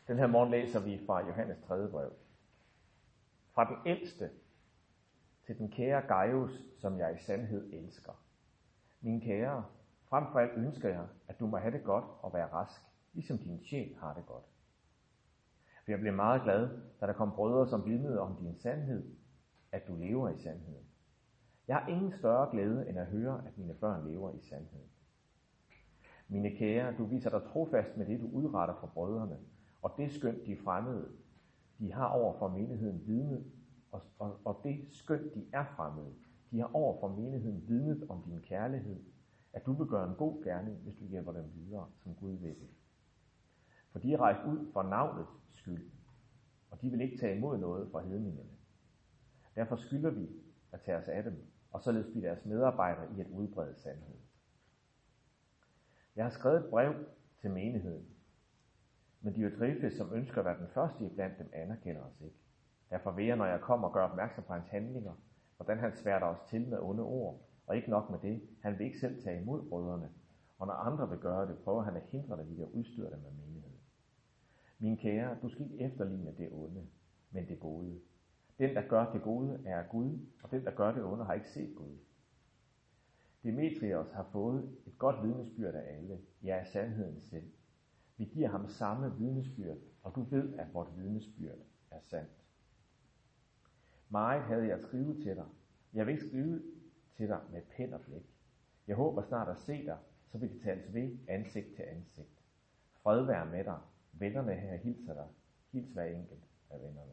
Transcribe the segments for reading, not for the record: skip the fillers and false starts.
Den her morgen læser vi fra Johannes 3. brev. Fra den ældste til den kære Gaius, som jeg i sandhed elsker. Min kære, frem for alt ønsker jeg, at du må have det godt og være rask, ligesom din sjæl har det godt. For jeg blev meget glad, da der kom brødre, som vidnede om din sandhed, at du lever i sandheden. Jeg har ingen større glæde, end at høre, at mine børn lever i sandheden. Mine kære, du viser dig trofast med det, du udretter for brødrene, og det skønt de fremmede, de har over for menigheden vidnet, og det skønt de er fremmede, de har over for menigheden vidnet om din kærlighed, at du vil gøre en god gerning, hvis du hjælper dem videre, som Gud vil. For de er rejst ud for navnets skyld, og de vil ikke tage imod noget fra hedningerne. Derfor skylder vi at tage os af dem, og således blive deres medarbejdere i at udbrede sandhed. Jeg har skrevet et brev til menigheden, men Diotrefes, som ønsker at være den første iblandt dem, anerkender os ikke. Derfor vil jeg, når jeg kommer, gøre opmærksom på hans handlinger, hvordan han sværter os til med onde ord, og ikke nok med det, han vil ikke selv tage imod brødrene, og når andre vil gøre det, prøver han at hindre det ved at udstyre dem med menigheden. Min kære, du skal ikke efterligne det onde, men det gode. Den, der gør det gode, er Gud, og den, der gør det onde, har ikke set Gud. Demetrios har fået et godt vidnesbyrd af alle, ja, af sandheden selv. Vi giver ham samme vidnesbyrd, og du ved, at vort vidnesbyrd er sandt. Meget havde jeg at skrive til dig. Jeg vil ikke skrive til dig med pen og blæk. Jeg håber snart at se dig, så vi kan tales ved ansigt til ansigt. Fred være med dig. Vennerne her hilser dig. Hils hver enkelt af vennerne.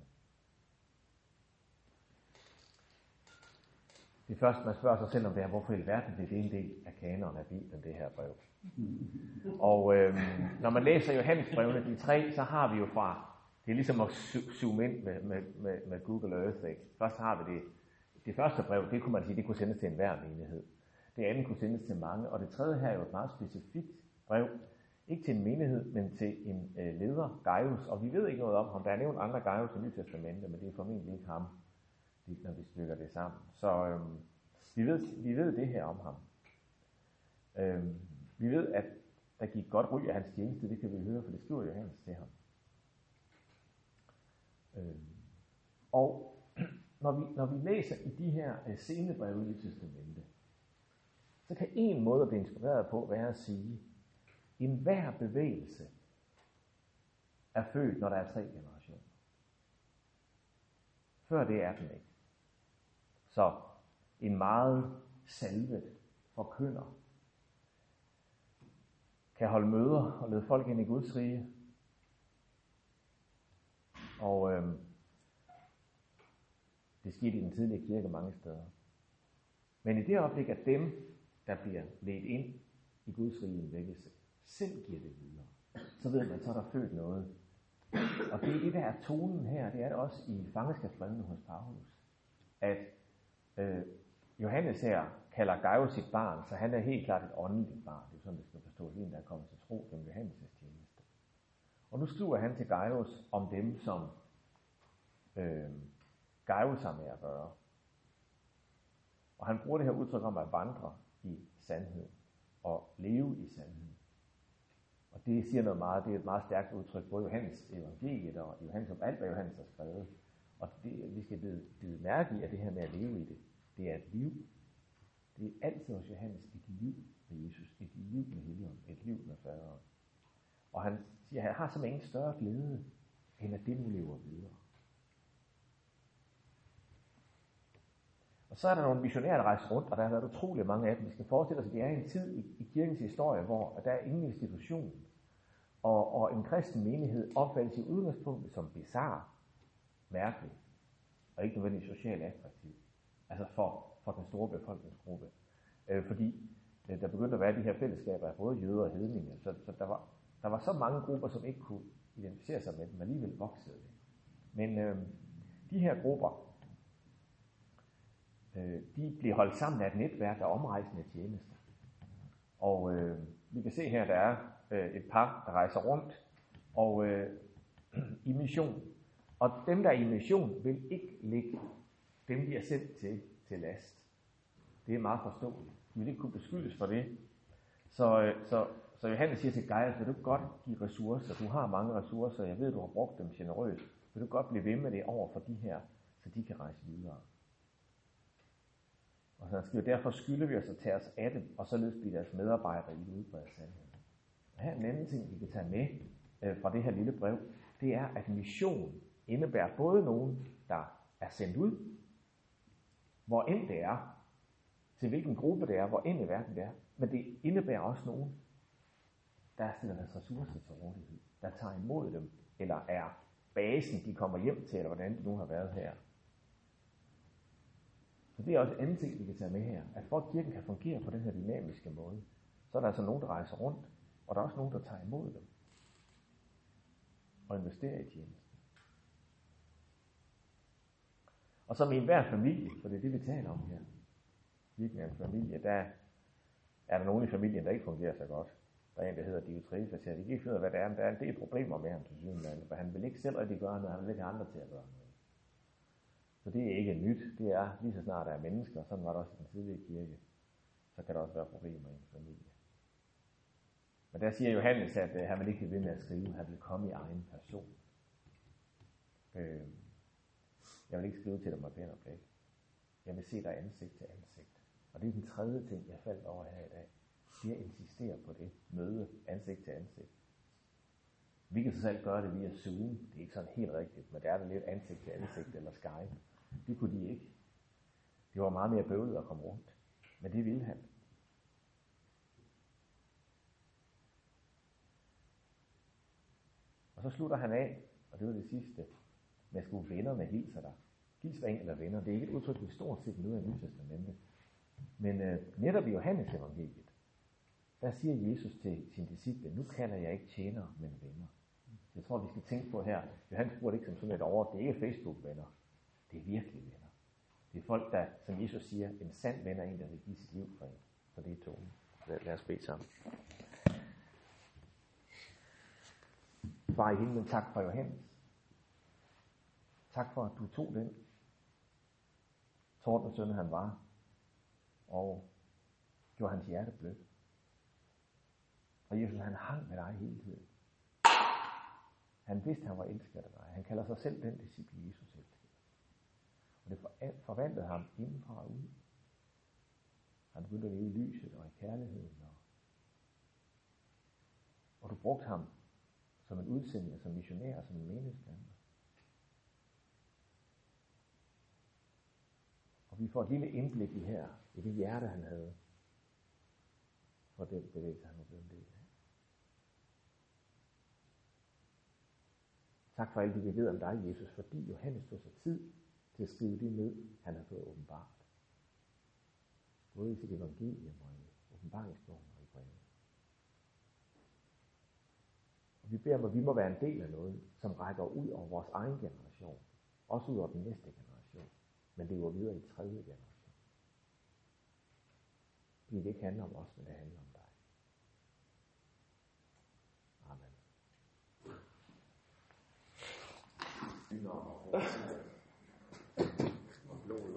Det første, man spørger sig selv om, det er, hvorfor i alverden det er en del af kanonen af Bibelen, det her brev. Og når man læser Johannesbrevene, de 3, så har vi jo fra, det er ligesom at zoome ind med Google Earth, ikke? Først har vi det første brev, det kunne man sige, det kunne sendes til enhver menighed. Det andet kunne sendes til mange, og det tredje her er jo et meget specifikt brev, ikke til en menighed, men til en leder, Gaius, og vi ved ikke noget om ham. Der er nævnt andre Gaius i Nye Testamentet, men det er formentlig ikke ham, når vi stykker det sammen. Så vi ved det her om ham. Vi ved, at der gik godt ry af hans tjeneste, det kan vi høre, for det skriver Johannes til ham. Og når vi læser i de her scenebreve i Testamentet, så kan en måde at blive inspireret på være at sige, en hver bevægelse er født, når der er 3 generationer. Før det er den ikke. Så en meget salvet forkynder kan holde møder og lede folk ind i Guds rige. Og det skete i den tidlige kirke mange steder. Men i det øjeblik, at dem, der bliver ledt ind i Guds rige en vækkelse, selv giver det videre, så ved man, så er der født noget. Og det er det, der er tonen her, det er det også i fangeskabsbrevene hos Paulus, at Johannes her kalder Gaius sit barn, så han er helt klart et åndeligt barn. Det er sådan, det skal forstås, en der er kommet til tro gennem Johannes' tjeneste. Og nu skriver han til Gaius om dem, som Gaius har med at gøre. Og han bruger det her udtryk om at vandre i sandhed og leve i sandhed. Og det siger noget meget, det er et meget stærkt udtryk, både Johannes evangeliet og Johannes om alt, hvad Johannes har skrevet. Og det, vi skal bide mærke i, at det her med at leve i det, det er et liv. Det er altid hos Johannes et liv med Jesus, et liv med Helligånden, et liv med Faderen. Og han siger, at han har simpelthen ingen større glæde, end at det nu lever videre. Og så er der nogle missionærer, der rejser rundt, og der har været utrolig mange af dem. Vi skal forestille os, at det er en tid i kirkens historie, hvor der er ingen institution. Og en kristen menighed opfattes i udgangspunktet som bizarre, mærkelig, og ikke nødvendigvis socialt attraktiv. Altså for den store befolkningsgruppe. Fordi der begyndte at være de her fællesskaber af både jøder og hedninge. Så der var så mange grupper, som ikke kunne identificere sig med dem, alligevel voksede det. Men de her grupper, de bliver holdt sammen af et netværk af omrejsende tjenester. Og vi kan se her, der er et par, der rejser rundt og i mission. Og dem, der er i mission, vil ikke lægge dem, de er sendt til last. Det er meget forståeligt. De vil ikke kunne beskyldes for det. Så Så Johannes siger til Gaius, vil du godt give ressourcer? Du har mange ressourcer, jeg ved, du har brugt dem generøst. Vil du godt blive ved med det over for de her, så de kan rejse videre? Og så han skriver, derfor skylder vi os at tage os af dem, og således blive deres medarbejdere i udbredt sandhed. Og her en anden ting, vi kan tage med fra det her lille brev, det er, at mission indebærer både nogen, der er sendt ud, hvor end det er, til hvilken gruppe det er, hvor end i verden det er, men det indebærer også nogen, der stiller deres ressourcer til rådighed, der tager imod dem, eller er basen, de kommer hjem til, eller hvordan det nu har været her. Så det er også en anden ting, vi kan tage med her, at for at kirken kan fungere på den her dynamiske måde, så er der altså nogen, der rejser rundt, og der er også nogen, der tager imod dem, og investerer i tjenesten. Og som i enhver familie, for det er det, vi taler om her, virkelig en familie, der er der nogen i familien, der ikke fungerer så godt. Der er en, der hedder Diotrefes, og siger, de kan ikke finde ud af, hvad det er, men der er en del problemer med ham til synligheden, for han vil ikke selv rigtig gøre noget, han vil ikke have andre til at gøre noget. Så det er ikke nyt, det er lige så snart der er mennesker, sådan var det også i den tidlige kirke, så kan der også være problemer i en familie. Men der siger Johannes, at han vil ikke blive ved med at skrive, han vil komme i egen person. Jeg vil ikke skrive til dig med pen og blæk. Jeg vil se dig ansigt til ansigt. Og det er den tredje ting, jeg faldt over her i dag. Det er at insistere på det. Møde ansigt til ansigt. Vi kan så selv gøre det via Zoom. Det er ikke sådan helt rigtigt, men det er det lidt ansigt til ansigt eller Skype. Det kunne de ikke. Det var meget mere bøvlet at komme rundt. Men det ville han. Og så slutter han af, og det var det sidste, med at skulle vennerne hilser dig. Hils hver enkelt af venner. Det er ikke et udtryk, vi stort set møder i Nye Testamentet. Men netop i Johannes evangeliet, der siger Jesus til sine disciple, nu kalder jeg ikke tjenere, men venner. Jeg tror, vi skal tænke på her, Johannes bruger det ikke som sådan et ord, det er ikke Facebook-venner. Det er virkelig venner. Det er folk, der, som Jesus siger, en sand ven er en, der vil give sit liv for en. Så det er tonen. Lad os bede sammen. Far i himlen, tak for Johannes. Tak for, at du tog den tordensøn, han var, og gjorde hans hjerte blødt. Og Jesus, han hang med dig hele tiden. Han vidste, han var elsket af dig. Han kalder sig selv den disciple, Jesus elskede. Og det forvandlede ham indenfra og ud. Han begyndte at leve i lyset og i kærligheden. Og du brugte ham som en udsending, som missionær og som en menighedsplaner. Og vi får et lille indblik i her, i det hjerte, han havde, for den bevægelse, han var blevet en del af. Tak for alt det, vi ved om dig, Jesus, fordi Johannes tog sig tid til at skrive det ned, han har fået åbenbart. Både i sit evangelium og i åbenbaringsbogen og i brevet. Og vi beder om, at vi må være en del af noget, som rækker ud over vores egen generation. Også ud over den næste generation. Men det går videre i tredje generation. Fordi det ikke handler om os, men det handler om dig. Amen.